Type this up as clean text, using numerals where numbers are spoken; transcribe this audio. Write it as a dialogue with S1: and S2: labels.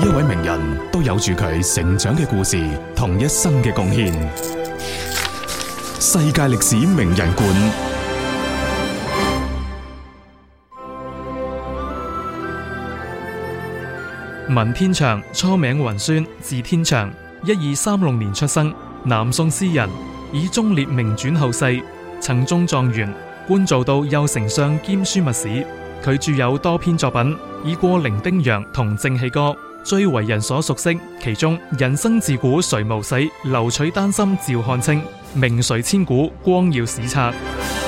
S1: 一位名人都有住佢成長嘅故事同一生嘅貢獻。世界歷史名人館。
S2: 文天祥初名雲孫，字天祥，1236年出生，南宋詩人，以忠烈名傳後世，曾中狀元，官做到右丞相兼樞密使。佢著有多篇作品，以過零丁洋同正氣歌最為人所熟悉。其中人生自古誰無死，留取丹心照汗青，名垂千古，光耀史冊。